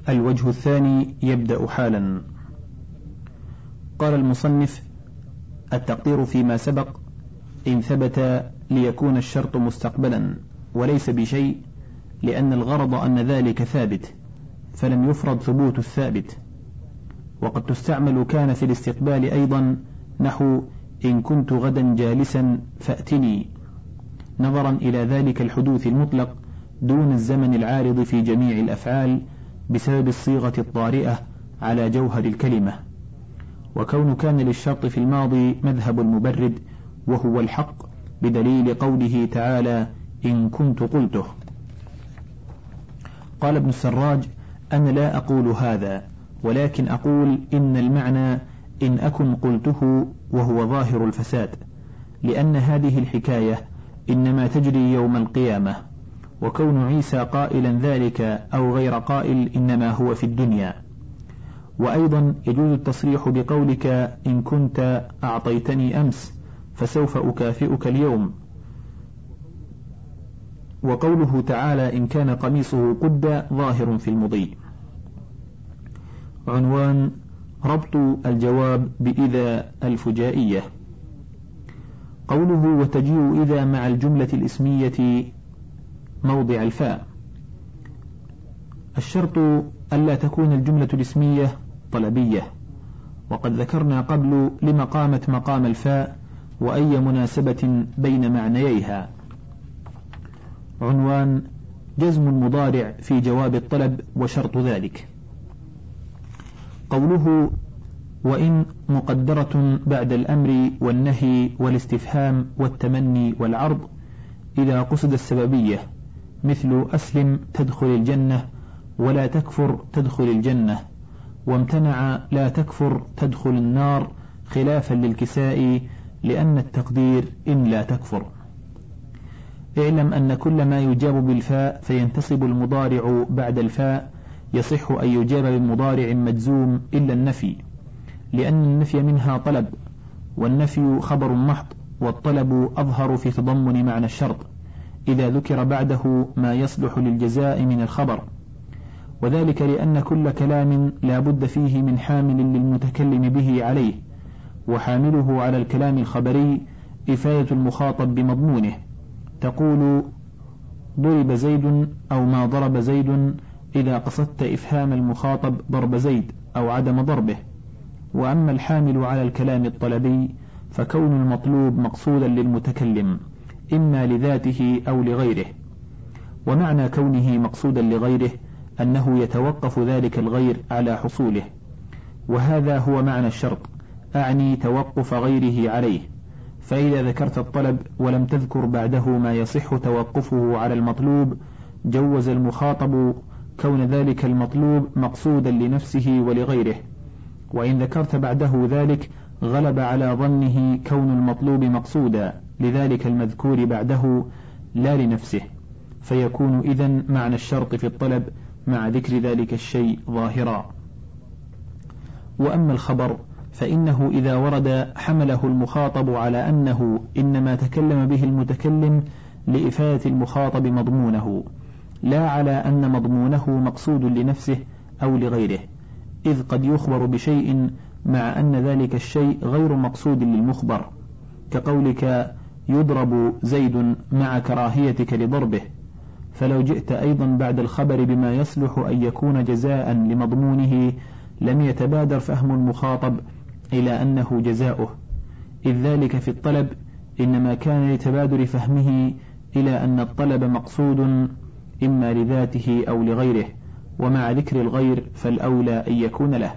الوجه الثاني يبدأ حالا. قال المصنف: التقدير فيما سبق إن ثبت ليكون الشرط مستقبلا وليس بشيء، لأن الغرض أن ذلك ثابت فلم يفرض ثبوت الثابت. وقد تستعمل كان في الاستقبال أيضا، نحو إن كنت غدا جالسا فأتني، نظرا إلى ذلك الحدوث المطلق دون الزمن العارض في جميع الأفعال بسبب الصيغة الطارئة على جوهر الكلمة. وكون كان للشرط في الماضي مذهب المبرد وهو الحق بدليل قوله تعالى إن كنت قلته. قال ابن السراج: أنا لا أقول هذا، ولكن أقول إن المعنى إن أكن قلته وهو ظاهر الفساد، لأن هذه الحكاية إنما تجري يوم القيامة، وكون عيسى قائلا ذلك أو غير قائل إنما هو في الدنيا. وأيضا يجوز التصريح بقولك إن كنت أعطيتني أمس فسوف أكافئك اليوم. وقوله تعالى إن كان قميصه قد ظاهر في المضي. عنوان: ربط الجواب بإذا الفجائية. قوله وتجيء إذا مع الجملة الإسمية موضع الفاء. الشرط ألا تكون الجملة الإسمية طلبية، وقد ذكرنا قبل لما قامت مقام الفاء وأي مناسبة بين معنييها. عنوان: جزم المضارع في جواب الطلب وشرط ذلك. قوله وإن مقدرة بعد الأمر والنهي والاستفهام والتمني والعرض إذا قصد السببية، مثل أسلم تدخل الجنة ولا تكفر تدخل الجنة، وامتنع لا تكفر تدخل النار، خلافا للكساء لأن التقدير إن لا تكفر. اعلم أن كل ما يجاب بالفاء فينتصب المضارع بعد الفاء يصح أن يجاب بمضارع مجزوم إلا النفي، لأن النفي منها طلب، والنفي خبر محض، والطلب أظهر في تضمن معنى الشرط إذا ذكر بعده ما يصلح للجزاء من الخبر، وذلك لأن كل كلام لا بد فيه من حامل للمتكلم به عليه، وحامله على الكلام الخبري إفادة المخاطب بمضمونه. تقول ضرب زيد أو ما ضرب زيد إذا قصدت إفهام المخاطب ضرب زيد أو عدم ضربه. وأما الحامل على الكلام الطلبي فكون المطلوب مقصودا للمتكلم إما لذاته أو لغيره، ومعنى كونه مقصودا لغيره أنه يتوقف ذلك الغير على حصوله، وهذا هو معنى الشرط، أعني توقف غيره عليه. فإذا ذكرت الطلب ولم تذكر بعده ما يصح توقفه على المطلوب جوز المخاطب كون ذلك المطلوب مقصودا لنفسه ولغيره، وإن ذكرت بعده ذلك غلب على ظنه كون المطلوب مقصودا لذلك المذكور بعده لا لنفسه، فيكون إذن معنى الشرط في الطلب مع ذكر ذلك الشيء ظاهرا. وأما الخبر فإنه إذا ورد حمله المخاطب على أنه إنما تكلم به المتكلم لإفادة المخاطب مضمونه، لا على أن مضمونه مقصود لنفسه أو لغيره، إذ قد يخبر بشيء مع أن ذلك الشيء غير مقصود للمخبر، كقولك يضرب زيد مع كراهيتك لضربه. فلو جئت أيضا بعد الخبر بما يصلح أن يكون جزاء لمضمونه لم يتبادر فهم المخاطب إلى أنه جزاؤه، إذ ذلك في الطلب إنما كان لتبادر فهمه إلى أن الطلب مقصود إما لذاته أو لغيره، ومع ذكر الغير فالأولى أن يكون له.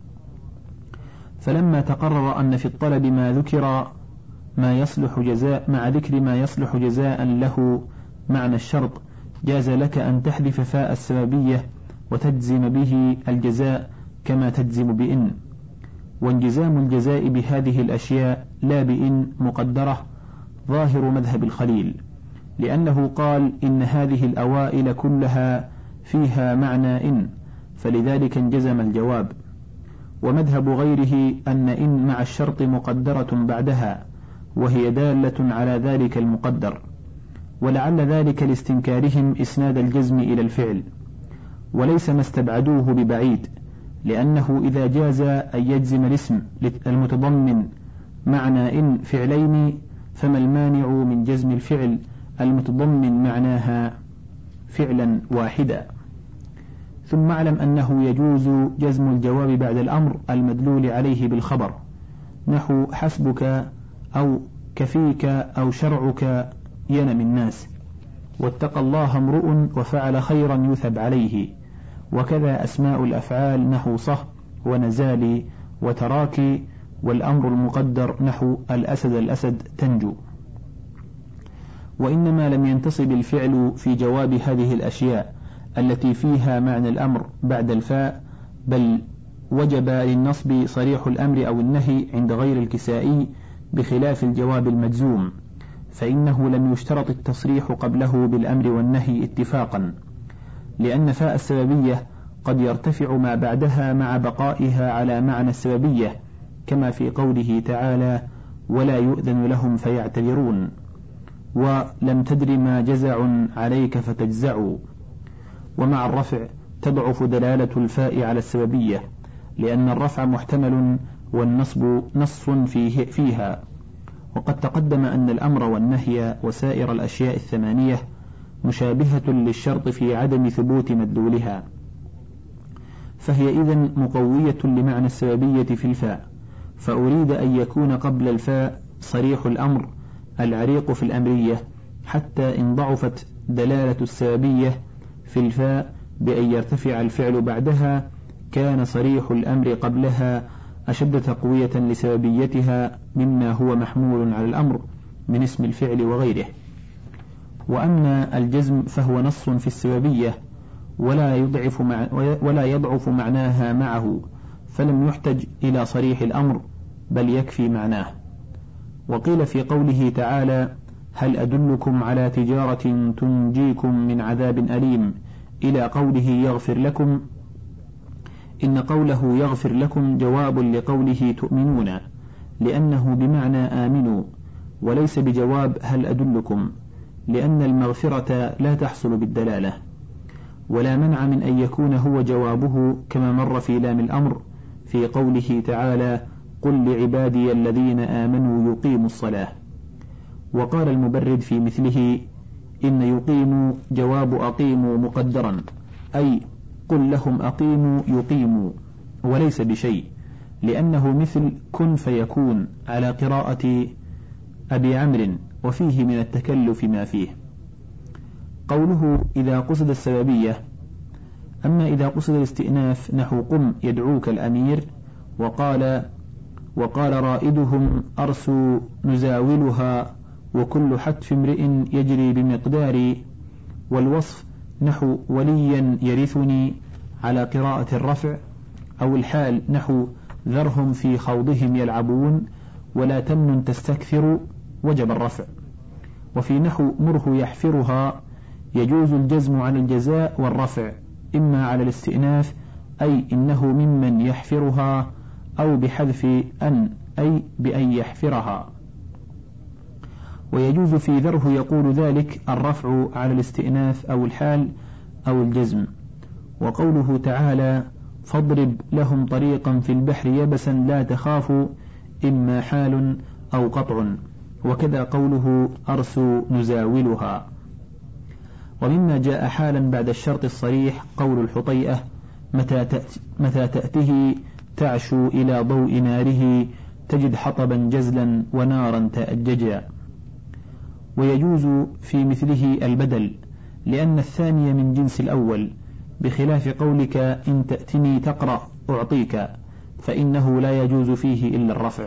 فلما تقرر أن في الطلب ما ذكر ما يصلح جزاء مع ذكر ما يصلح جزاء له معنى الشرط، جاز لك أن تحذف فاء السببية وتجزم به الجزاء كما تجزم بإن. وانجزام الجزاء بهذه الأشياء لا بإن مقدرة ظاهر مذهب الخليل، لأنه قال إن هذه الأوائل كلها فيها معنى إن، فلذلك انجزم الجواب. ومذهب غيره أن إن مع الشرط مقدرة بعدها، وهي دالة على ذلك المقدر، ولعل ذلك لاستنكارهم إسناد الجزم إلى الفعل. وليس ما استبعدوه ببعيد، لأنه إذا جاز أن يجزم الاسم المتضمن معنى إن فعلين فما المانع من جزم الفعل المتضمن معناها فعلا واحدا. ثم اعلم أنه يجوز جزم الجواب بعد الأمر المدلول عليه بالخبر، نحو حسبك أو كفيك أو شرعك ينم الناس، واتقى الله امرؤ وفعل خيرا يثب عليه. وكذا أسماء الأفعال نحو صه ونزالي وتراكي، والأمر المقدر نحو الأسد الأسد تنجو. وإنما لم ينتصب الفعل في جواب هذه الأشياء التي فيها معنى الأمر بعد الفاء، بل وجب للنصب صريح الأمر أو النهي عند غير الكسائي، بخلاف الجواب المجزوم، فإنه لم يشترط التصريح قبله بالأمر والنهي اتفاقا، لأن فاء السببية قد يرتفع ما بعدها مع بقائها على معنى السببية، كما في قوله تعالى ولا يؤذن لهم فيعتذرون، ولم تدر ما جزع عليك فتجزعوا. ومع الرفع تضعف دلالة الفاء على السببية، لأن الرفع محتمل والنصب نص فيها. وقد تقدم أن الأمر والنهي وسائر الأشياء الثمانية مشابهة للشرط في عدم ثبوت مدلولها، فهي إذن مقوية لمعنى السببية في الفاء، فأريد أن يكون قبل الفاء صريح الأمر العريق في الأمرية، حتى إن ضعفت دلالة السببية في الفاء بأن يرتفع الفعل بعدها كان صريح الأمر قبلها أشد تقوية لسببيتها مما هو محمول على الأمر من اسم الفعل وغيره. وأما الجزم فهو نص في السببية ولا يضعف معناها معه، فلم يحتج إلى صريح الأمر بل يكفي معناه. وقيل في قوله تعالى هل أدلكم على تجارة تنجيكم من عذاب أليم إلى قوله يغفر لكم، إن قوله يغفر لكم جواب لقوله تؤمنون، لأنه بمعنى آمنوا، وليس بجواب هل أدلكم، لأن المغفرة لا تحصل بالدلالة. ولا منع من أن يكون هو جوابه كما مر في لام الأمر في قوله تعالى قل لعبادي الذين آمنوا يقيموا الصلاة. وقال المبرد في مثله إن يقيموا جواب أقيموا مقدرا، أي قل لهم أقيموا يقيموا، وليس بشيء، لأنه مثل كن فيكون على قراءة أبي عمرو، وفيه من التكلف ما فيه. قوله إذا قصد السببية. أما إذا قصد الاستئناف نحو قم يدعوك الأمير، وقال رائدهم أرسوا نزاولها، وكل حتف امرئ يجري بمقدار، والوصف نحو وليا يرثني على قراءة الرفع، أو الحال نحو ذرهم في خوضهم يلعبون، ولا تمن تستكثر وجب الرفع. وفي نحو مره يحفرها يجوز الجزم على الجزاء والرفع، إما على الاستئناف أي إنه ممن يحفرها، أو بحذف أن أي بأن يحفرها. ويجوز في ذره يقول ذلك الرفع على الاستئناف أو الحال أو الجزم. وقوله تعالى فاضرب لهم طريقا في البحر يبسا لا تخاف، إما حال أو قطع. وكذا قوله أرسوا نزاولها. ومما جاء حالا بعد الشرط الصريح قول الحطيئة متى تأته تعشو إلى ضوء ناره، تجد حطبا جزلا ونارا تأججا. ويجوز في مثله البدل، لأن الثاني من جنس الأول، بخلاف قولك إن تأتني تقرأ أعطيك، فإنه لا يجوز فيه إلا الرفع.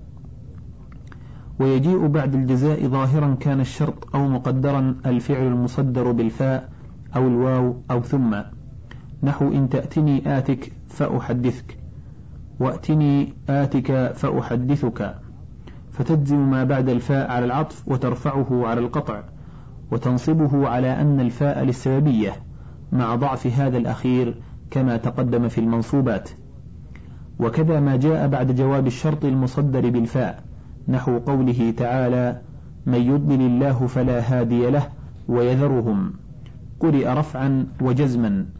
ويجيء بعد الجزاء ظاهرا كان الشرط أو مقدرا الفعل المصدر بالفاء أو الواو أو ثم، نحو إن تأتني آتك فأحدثك، وأتني آتك فأحدثك، فتجزم ما بعد الفاء على العطف وترفعه على القطع، وتنصبه على أن الفاء للسببية مع ضعف هذا الأخير كما تقدم في المنصوبات. وكذا ما جاء بعد جواب الشرط المصدر بالفاء، نحو قوله تعالى من يضلل الله فلا هادي له ويذرهم، قرئ رفعا وجزما،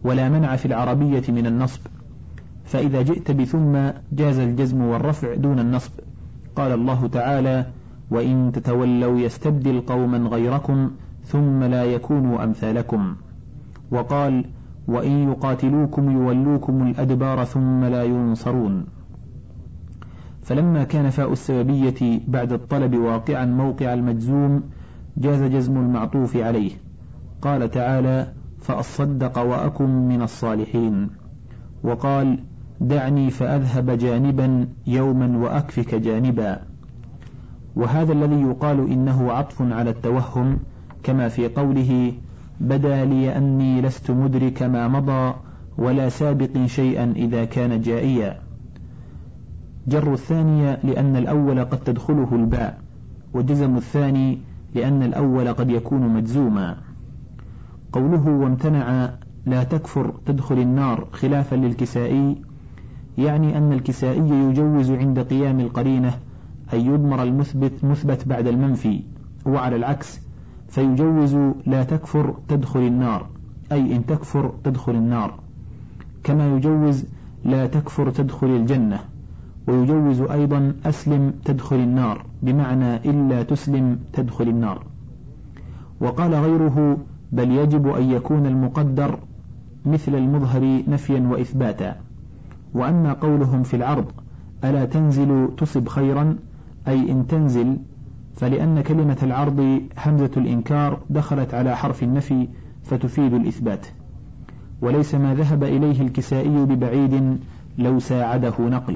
ولا منع في العربية من النصب، فإذا جئت بثم جاز الجزم والرفع دون النصب. قال الله تعالى: وإن تتولوا يستبدل قوما غيركم ثم لا يكونوا أمثالكم. وقال: وإن يقاتلوكم يولوكم الأدبار ثم لا ينصرون. فلما كان فاء السببية بعد الطلب واقعا موقع المجزوم جاز جزم المعطوف عليه. قال تعالى: فأصدق وأكن من الصالحين. وقال: دعني فأذهب جانبا يوما وأكفك جانبا. وهذا الذي يقال إنه عطف على التوهم، كما في قوله: بدا لي أني لست مدرك ما مضى ولا سابق شيئا إذا كان جائيا. جر الثانية لأن الأول قد تدخله الباء، وجزم الثاني لأن الأول قد يكون مجزوما. قوله: وامتنع لا تكفر تدخل النار خلافا للكسائي، يعني أن الكسائي يجوز عند قيام القرينة أن يضمر المثبت مثبت بعد المنفي، وعلى العكس فيجوز لا تكفر تدخل النار، أي إن تكفر تدخل النار، كما يجوز لا تكفر تدخل الجنة، ويجوز أيضا أسلم تدخل النار بمعنى إلا تسلم تدخل النار. وقال غيره: بل يجب أن يكون المقدر مثل المظهر نفيا وإثباتا. وأما قولهم في العرض: ألا تنزل تصب خيرا، أي إن تنزل، فلأن كلمة العرض همزة الإنكار دخلت على حرف النفي فتفيد الإثبات، وليس ما ذهب إليه الكسائي ببعيد لو ساعده نقل.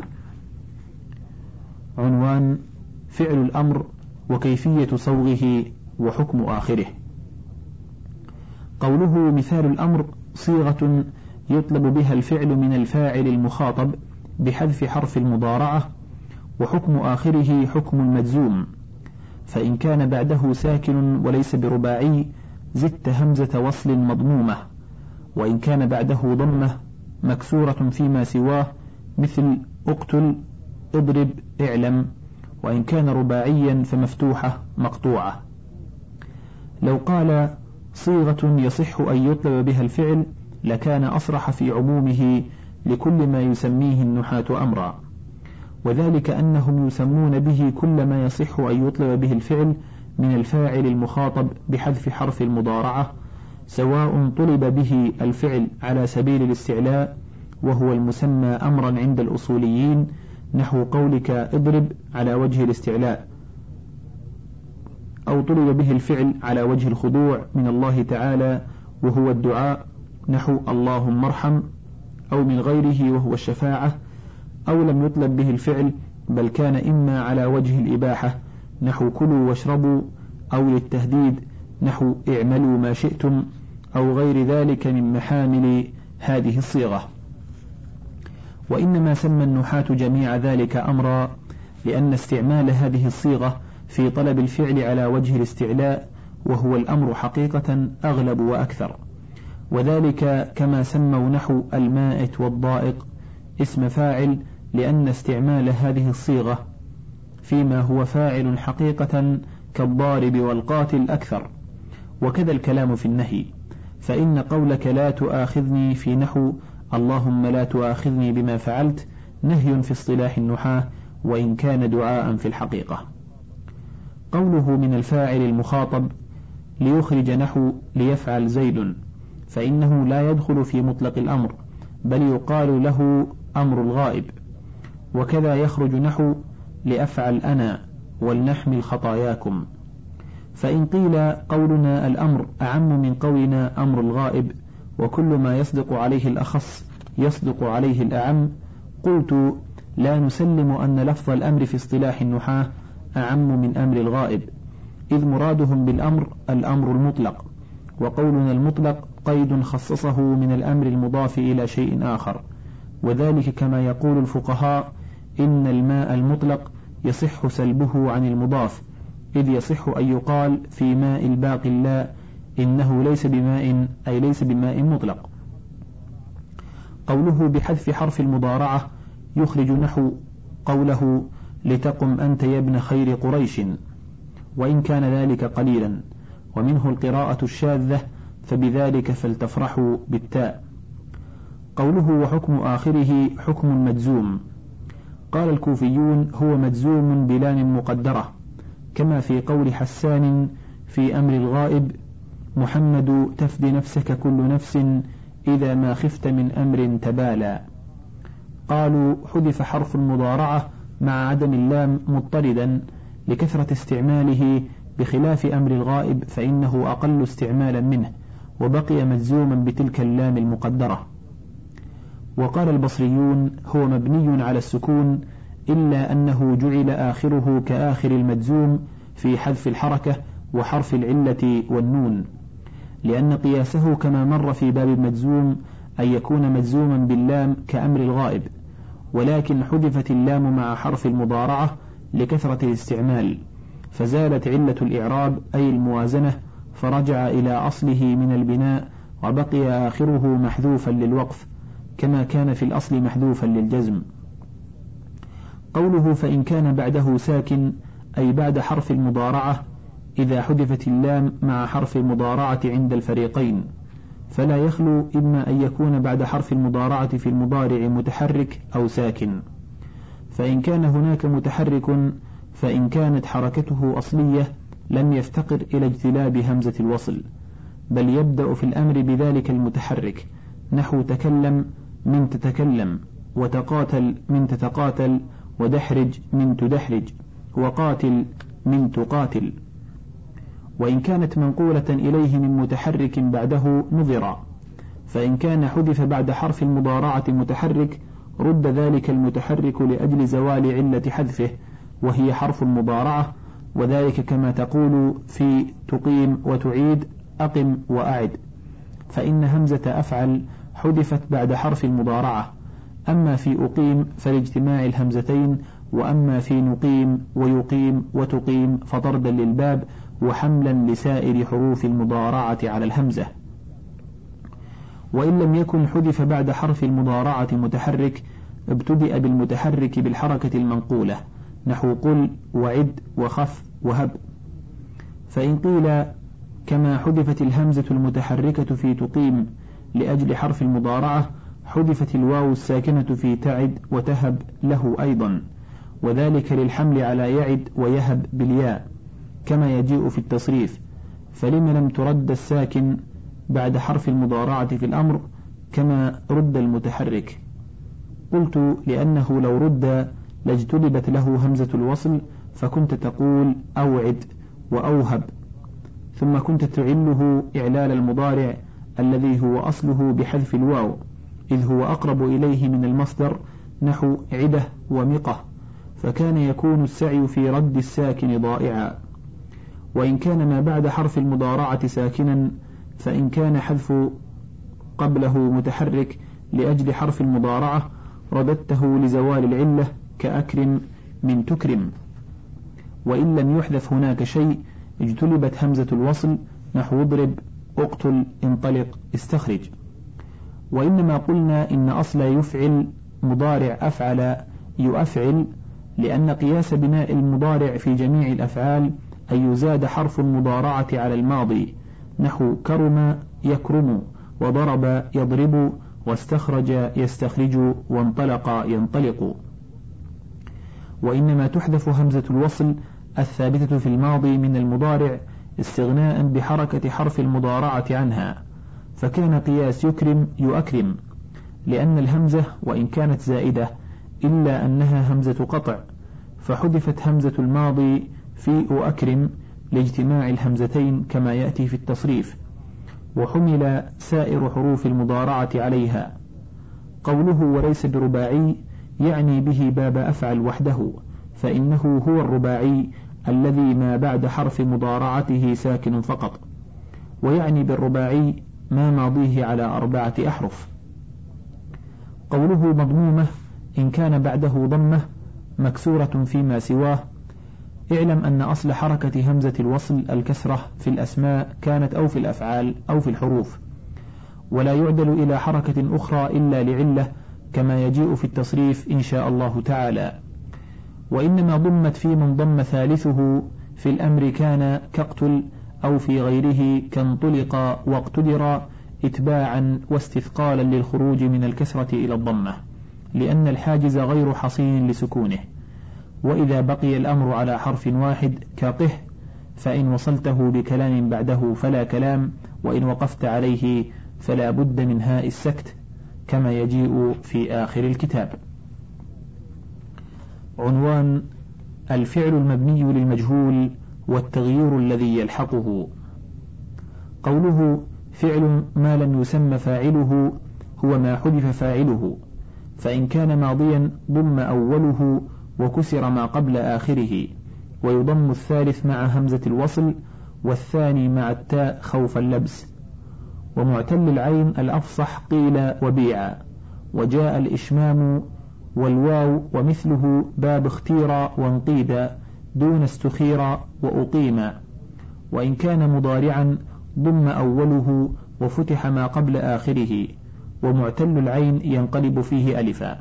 عنوان: فعل الأمر وكيفية صوغه وحكم آخره. قوله: مثال الأمر صيغة يطلب بها الفعل من الفاعل المخاطب بحذف حرف المضارعة، وحكم آخره حكم المجزوم، فإن كان بعده ساكن وليس برباعي زدت همزة وصل مضمومة، وإن كان بعده ضمة مكسورة فيما سواه مثل اقتل، اضرب، اعلم، وإن كان رباعيا فمفتوحة مقطوعة. لو قال: صيغة يصح أن يطلب بها الفعل لكان أصرح في عمومه لكل ما يسميه النحاة أمرا، وذلك أنهم يسمون به كل ما يصح أن يطلب به الفعل من الفاعل المخاطب بحذف حرف المضارعة، سواء طلب به الفعل على سبيل الاستعلاء وهو المسمى أمرا عند الأصوليين، نحو قولك اضرب على وجه الاستعلاء، أو طلب به الفعل على وجه الخضوع من الله تعالى وهو الدعاء، نحو اللهم ارحم، أو من غيره وهو الشفاعة، أو لم يطلب به الفعل بل كان إما على وجه الإباحة، نحو كلوا واشربوا، أو للتهديد، نحو اعملوا ما شئتم، أو غير ذلك من محامل هذه الصيغة. وإنما سمى النحاة جميع ذلك أمرا، لأن استعمال هذه الصيغة في طلب الفعل على وجه الاستعلاء وهو الأمر حقيقة أغلب وأكثر، وذلك كما سموا نحو المائت والضائق اسم فاعل، لأن استعمال هذه الصيغة فيما هو فاعل حقيقة كالضارب والقاتل أكثر. وكذا الكلام في النهي، فإن قولك لا تؤاخذني في نحو اللهم لا تؤاخذني بما فعلت نهي في اصطلاح النحاة، وإن كان دعاء في الحقيقة. قوله من الفاعل المخاطب ليخرج نحو ليفعل زيد، فإنه لا يدخل في مطلق الأمر، بل يقال له أمر الغائب. وكذا يخرج نحو لأفعل أنا ولنحمل خطاياكم. فإن قيل قولنا الأمر أعم من قولنا أمر الغائب، وكل ما يصدق عليه الأخص يصدق عليه الأعم، قلت لا نسلم أن لفظ الأمر في اصطلاح النحاة أعم من أمر الغائب، إذ مرادهم بالأمر الأمر المطلق، وقولنا المطلق قيد خصصه من الأمر المضاف إلى شيء آخر، وذلك كما يقول الفقهاء إن الماء المطلق يصح سلبه عن المضاف، إذ يصح أن يقال في ماء الباقي لا إنه ليس بماء، أي ليس بماء مطلق. قوله بحذف حرف المضارعة يخرج نحو قوله لتقم أنت يا ابن خير قريش، وإن كان ذلك قليلا، ومنه القراءة الشاذة فبذلك فلتفرحوا بالتاء. قوله وحكم آخره حكم مجزوم. قال الكوفيون هو مجزوم بلام مقدرة، كما في قول حسان في أمر الغائب: محمد تفد نفسك كل نفس إذا ما خفت من أمر تبالى. قالوا حذف حرف المضارعة مع عدم اللام مضطردا لكثرة استعماله، بخلاف أمر الغائب فإنه أقل استعمالا منه وبقي مجزوما بتلك اللام المقدرة. وقال البصريون هو مبني على السكون، إلا أنه جعل آخره كآخر المجزوم في حذف الحركة وحرف العلة والنون، لأن قياسه كما مر في باب المجزوم أن يكون مجزوما باللام كأمر الغائب، ولكن حذفت اللام مع حرف المضارعة لكثرة الاستعمال، فزالت علة الإعراب أي الموازنة، فرجع إلى أصله من البناء، وبقي آخره محذوفا للوقف كما كان في الأصل محذوفا للجزم. قوله فإن كان بعده ساكن أي بعد حرف المضارعة، إذا حذفت اللام مع حرف المضارعة عند الفريقين، فلا يخلو إما أن يكون بعد حرف المضارعة في المضارع متحرك أو ساكن. فإن كان هناك متحرك، فإن كانت حركته أصلية لم يفتقر إلى اجتلاب همزة الوصل، بل يبدأ في الأمر بذلك المتحرك، نحو تكلم من تتكلم، وتقاتل من تتقاتل، ودحرج من تدحرج، وقاتل من تقاتل. وإن كانت منقولة إليه من متحرك بعده نظر، فإن كان حذف بعد حرف المضارعة متحرك رد ذلك المتحرك لأجل زوال علة حذفه وهي حرف المضارعة، وذلك كما تقول في تقيم وتعيد أقم وأعد، فإن همزة أفعل حذفت بعد حرف المضارعة، أما في أقيم فلاجتماع الهمزتين، وأما في نقيم ويقيم وتقيم فطردا للباب وحملا لسائر حروف المضارعة على الهمزة. وإن لم يكن حذف بعد حرف المضارعة متحرك ابتدأ بالمتحرك بالحركة المنقولة، نحو قل وعد وخف وهب. فإن قيل كما حذفت الهمزة المتحركة في تقيم لأجل حرف المضارعة، حذفت الواو الساكنة في تعد وتهب له أيضا، وذلك للحمل على يعد ويهب بالياء كما يجيء في التصريف. فلم لم ترد الساكن بعد حرف المضارعة في الأمر كما رد المتحرك؟ قلت لأنه لو رد لاجتلبت له همزة الوصل، فكنت تقول أوعد وأوهب، ثم كنت تعله إعلال المضارع الذي هو أصله بحذف الواو، إذ هو أقرب إليه من المصدر، نحو عدة ومقة، فكان يكون السعي في رد الساكن ضائعا. وإن كان ما بعد حرف المضارعة ساكنا، فإن كان حذف قبله متحرك لأجل حرف المضارعة رددته لزوال العلة كأكرم من تكرم. وإن لم يحذف هناك شيء اجتلبت همزة الوصل، نحو اضرب اقتل انطلق استخرج. وإنما قلنا إن أصل يفعل مضارع أفعل يؤفعل، لأن قياس بناء المضارع في جميع الأفعال أن يزاد حرف المضارعة على الماضي، نحو كرم يكرم، وضرب يضرب، واستخرج يستخرج، وانطلق ينطلق. وإنما تحذف همزة الوصل الثابتة في الماضي من المضارع استغناء بحركة حرف المضارعة عنها، فكان قياس يكرم يؤكرم، لأن الهمزة وإن كانت زائدة إلا أنها همزة قطع، فحذفت همزة الماضي في أكرم لاجتماع الهمزتين كما يأتي في التصريف، وحمل سائر حروف المضارعة عليها. قوله وليس برباعي يعني به باب أفعل وحده، فإنه هو الرباعي الذي ما بعد حرف مضارعته ساكن فقط، ويعني بالرباعي ما ماضيه على 4 أحرف. قوله مضمومة إن كان بعده ضمة مكسورة فيما سواه، اعلم أن أصل حركة همزة الوصل الكسرة في الأسماء كانت أو في الأفعال أو في الحروف، ولا يعدل إلى حركة أخرى إلا لعلة كما يجيء في التصريف إن شاء الله تعالى. وإنما ضمت في من ضم ثالثه في الأمر كان كاقتل، أو في غيره كانطلق واقتدر، إتباعا واستثقالا للخروج من الكسرة إلى الضمة، لأن الحاجز غير حصين لسكونه. وإذا بقي الأمر على حرف واحد كقه، فإن وصلته بكلام بعده فلا كلام، وإن وقفت عليه فلا بد من هاء السكت كما يجيء في آخر الكتاب. عنوان: الفعل المبني للمجهول والتغيير الذي يلحقه. قوله فعل ما لم يسمى فاعله هو ما حذف فاعله، فإن كان ماضيا ضم أوله وكسر ما قبل آخره، ويضم الثالث مع همزة الوصل والثاني مع التاء خوف اللبس. ومعتل العين الأفصح قيل وبيع، وجاء الإشمام والواو ومثله باب اختير وانقيد دون استخير وأقيم. وإن كان مضارعا ضم أوله وفتح ما قبل آخره، ومعتل العين ينقلب فيه ألفا.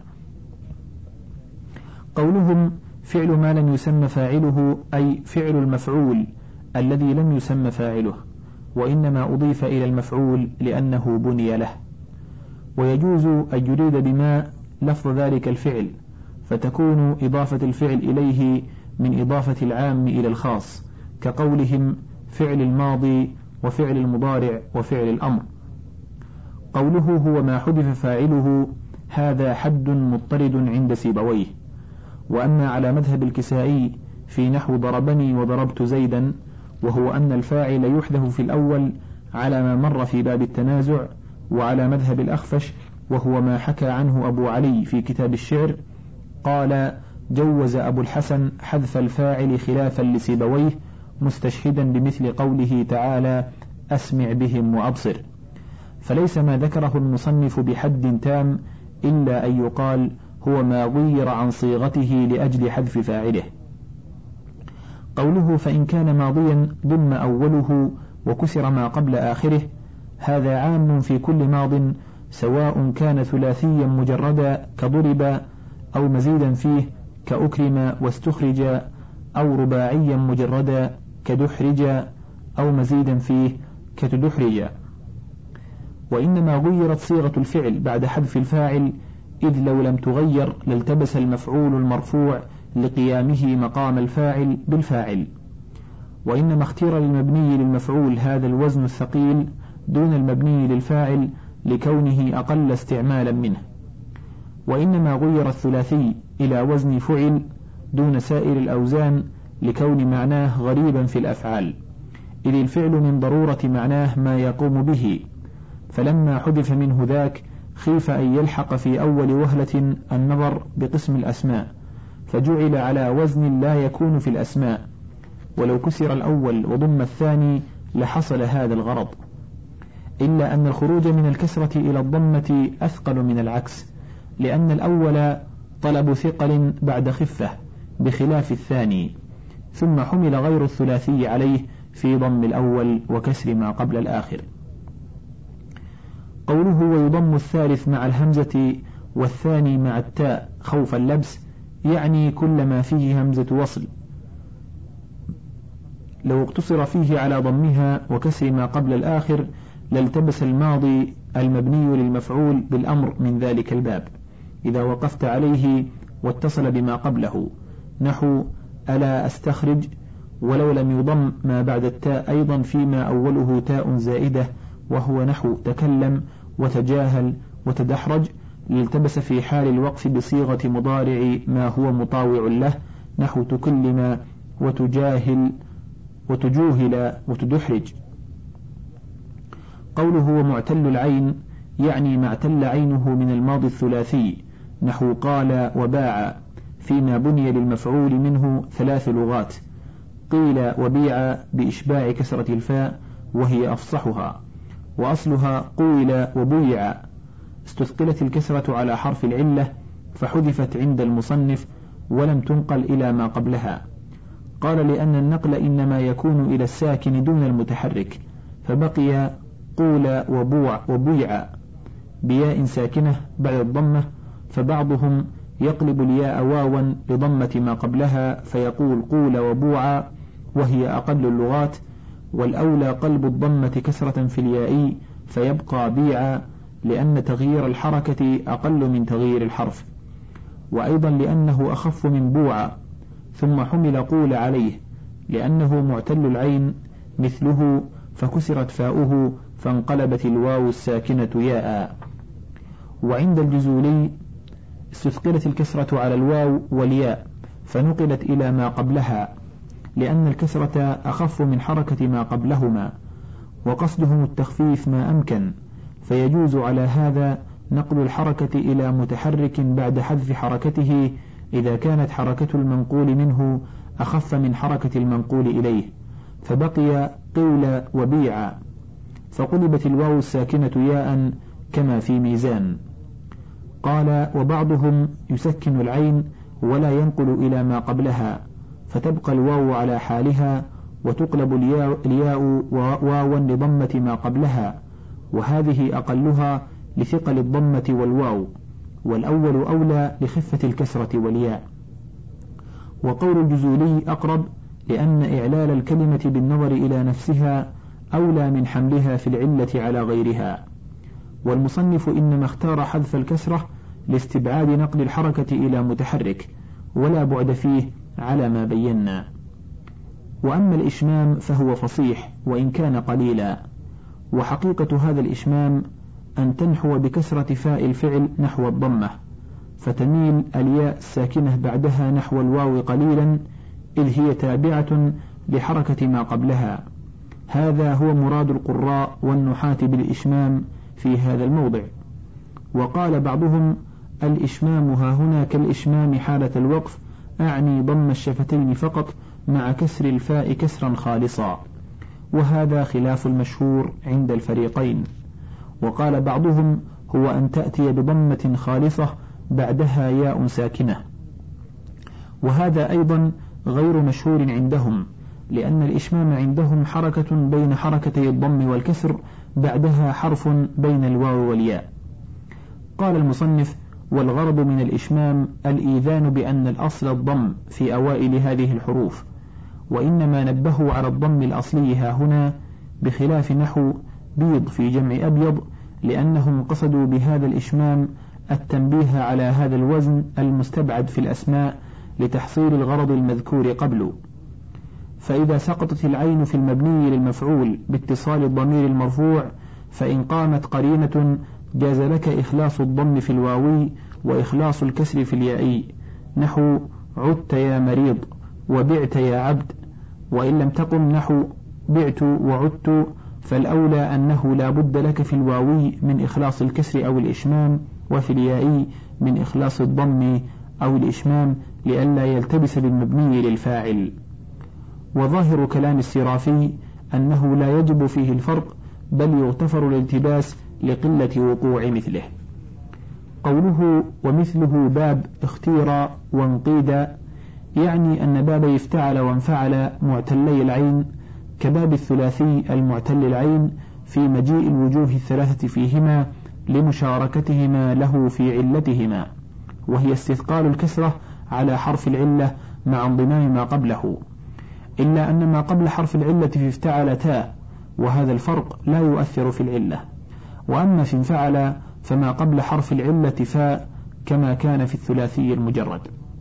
قولهم فعل ما لم يسمى فاعله أي فعل المفعول الذي لم يسمى فاعله، وإنما أضيف إلى المفعول لأنه بني له. ويجوز أن يريد بما لفظ ذلك الفعل، فتكون إضافة الفعل إليه من إضافة العام إلى الخاص، كقولهم فعل الماضي وفعل المضارع وفعل الأمر. قوله هو ما حذف فاعله هذا حد مضطرد عند سيبويه. وأما على مذهب الكسائي في نحو ضربني وضربت زيدا، وهو أن الفاعل يحذف في الأول على ما مر في باب التنازع، وعلى مذهب الأخفش وهو ما حكى عنه أبو علي في كتاب الشعر قال جوز أبو الحسن حذف الفاعل خلافا لسيبويه مستشهدا بمثل قوله تعالى أسمع بهم وأبصر. فليس ما ذكره المصنف بحد تام إلا أن يقال هو ما غير عن صيغته لأجل حذف فاعله. قوله فإن كان ماضيا ضم أوله وكسر ما قبل آخره، هذا عام في كل ماض سواء كان ثلاثيا مجردا كضرب أو مزيدا فيه كأكرم واستخرج، أو رباعيا مجردا كدحرج أو مزيدا فيه كتدحرج. وإنما غيرت صيغة الفعل بعد حذف الفاعل، إذ لو لم تغير لالتبس المفعول المرفوع لقيامه مقام الفاعل بالفاعل. وإنما اختير للمبني للمفعول هذا الوزن الثقيل دون المبني للفاعل لكونه أقل استعمالا منه. وإنما غير الثلاثي إلى وزن فعل دون سائر الأوزان لكون معناه غريبا في الأفعال، إذ الفعل من ضرورة معناه ما يقوم به، فلما حذف منه ذاك خيف أن يلحق في أول وهلة النظر بقسم الأسماء، فجعل على وزن لا يكون في الأسماء، ولو كسر الأول وضم الثاني لحصل هذا الغرض. إلا أن الخروج من الكسرة إلى الضمة أثقل من العكس، لأن الأول طلب ثقل بعد خفة بخلاف الثاني، ثم حمل غير الثلاثي عليه في ضم الأول وكسر ما قبل الآخر. قوله ويضم الثالث مع الهمزة والثاني مع التاء خوف اللبس، يعني كل ما فيه همزة وصل، لو اقتصر فيه على ضمها وكسر ما قبل الآخر لالتبس الماضي المبني للمفعول بالأمر من ذلك الباب إذا وقفت عليه واتصل بما قبله، نحو ألا أستخرج، ولو لم يضم ما بعد التاء أيضا فيما أوله تاء زائدة وهو نحو تكلم وتجاهل وتدحرج، لالتبس في حال الوقف بصيغة مضارع ما هو مطاوع له، نحو تكلم وتجاهل وتجوهل وتدحرج. قوله ومعتل العين يعني ما اعتل عينه من الماضي الثلاثي، نحو قال وباع، فيما بني للمفعول منه ثلاث لغات، قيل وبيع بإشباع كسرة الفاء وهي أفصحها، وأصلها قويل وبيع، استثقلت الكسرة على حرف العلة فحذفت عند المصنف ولم تنقل إلى ما قبلها. قال لأن النقل إنما يكون إلى الساكن دون المتحرك، فبقي قول وبيع بياء ساكنة بعد الضمة، فبعضهم يقلب الياء واوا لضمة ما قبلها فيقول قول وبوعا وهي أقل اللغات، والأولى قلب الضمة كسرة في الياء فيبقى بيع، لأن تغيير الحركة أقل من تغيير الحرف، وأيضا لأنه أخف من بوع. ثم حمل قول عليه لأنه معتل العين مثله، فكسرت فاؤه فانقلبت الواو الساكنة ياء. وعند الجزولي استثقلت الكسرة على الواو والياء فنقلت إلى ما قبلها، لأن الكسرة أخف من حركة ما قبلهما، وقصدهم التخفيف ما أمكن، فيجوز على هذا نقل الحركة إلى متحرك بعد حذف حركته إذا كانت حركة المنقول منه أخف من حركة المنقول إليه، فبقي قول وبيع، فقلبت الواو الساكنة ياء كما في ميزان. قال: وبعضهم يسكن العين ولا ينقل إلى ما قبلها، فتبقى الواو على حالها، وتقلب الياء واوا لضمة ما قبلها، وهذه أقلها لثقل الضمة والواو، والأول أولى لخفة الكسرة والياء. وقول الجزولي أقرب، لأن إعلال الكلمة بالنظر إلى نفسها أولى من حملها في العلة على غيرها. والمصنف إنما اختار حذف الكسرة لاستبعاد نقل الحركة إلى متحرك، ولا بعد فيه على ما بينا. وأما الإشمام فهو فصيح وإن كان قليلا، وحقيقة هذا الإشمام أن تنحو بكسرة فاء الفعل نحو الضمة، فتميل الياء الساكنة بعدها نحو الواو قليلا، إذ هي تابعة لحركة ما قبلها. هذا هو مراد القراء والنحاة بالإشمام في هذا الموضع. وقال بعضهم: الإشمام ها هنا كالإشمام حالة الوقف، أعني ضم الشفتين فقط مع كسر الفاء كسرا خالصا، وهذا خلاف المشهور عند الفريقين. وقال بعضهم: هو أن تأتي بضمة خالصة بعدها ياء ساكنة، وهذا أيضا غير مشهور عندهم، لأن الإشمام عندهم حركة بين حركتي الضم والكسر بعدها حرف بين الواو والياء. قال المصنف: والغرض من الإشمام الإيذان بأن الأصل الضم في أوائل هذه الحروف، وإنما نبهوا على الضم الأصلي ها هنا، بخلاف نحو بيض في جمع أبيض، لأنهم قصدوا بهذا الإشمام التنبيه على هذا الوزن المستبعد في الأسماء لتحصيل الغرض المذكور قبله. فإذا سقطت العين في المبني للمفعول باتصال الضمير المرفوع، فإن قامت قرينة جاز لك إخلاص الضم في الواوي وإخلاص الكسر في اليائي، نحو عدت يا مريض وبعت يا عبد. وإن لم تقم نحو بعت وعدت، فالأولى أنه لا بد لك في الواوي من إخلاص الكسر أو الإشمام، وفي اليائي من إخلاص الضم أو الإشمام، لئلا يلتبس بالمبني للفاعل. وظاهر كلام السرافي أنه لا يجب فيه الفرق، بل يغتفر الالتباس لقلة وقوع مثله. قوله ومثله باب اختير وانقيد، يعني أن باب افتعل وانفعل معتلي العين كباب الثلاثي المعتل العين في مجيء الوجوه الثلاثة فيهما لمشاركتهما له في علتهما، وهي استثقال الكسرة على حرف العلة مع انضمام ما قبله، إلا أن ما قبل حرف العلة في افتعل تاء، وهذا الفرق لا يؤثر في العلة. وأما في انفعل فما قبل حرف العلة فاء كما كان في الثلاثي المجرد.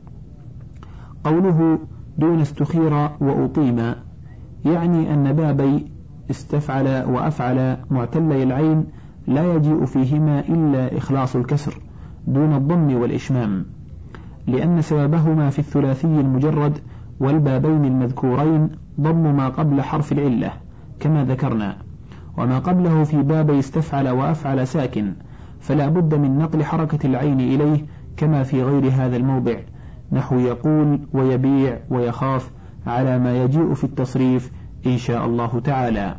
قوله دون استخير وأقيم، يعني أن بابي استفعل وأفعل معتلي العين لا يجيء فيهما إلا إخلاص الكسر دون الضم والإشمام، لأن سببهما في الثلاثي المجرد والبابين المذكورين ضم ما قبل حرف العلة كما ذكرنا، وما قبله في بابي استفعل وأفعل ساكن، فلا بد من نقل حركة العين إليه كما في غير هذا الموضع، نحو يقول ويبيع ويخاف، على ما يجيء في التصريف إن شاء الله تعالى.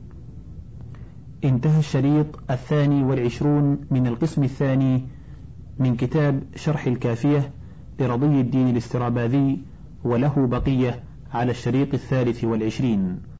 انتهى الشريط 22 من القسم الثاني من كتاب شرح الكافية لرضي الدين الاستراباذي، وله بقية على الشريط 23.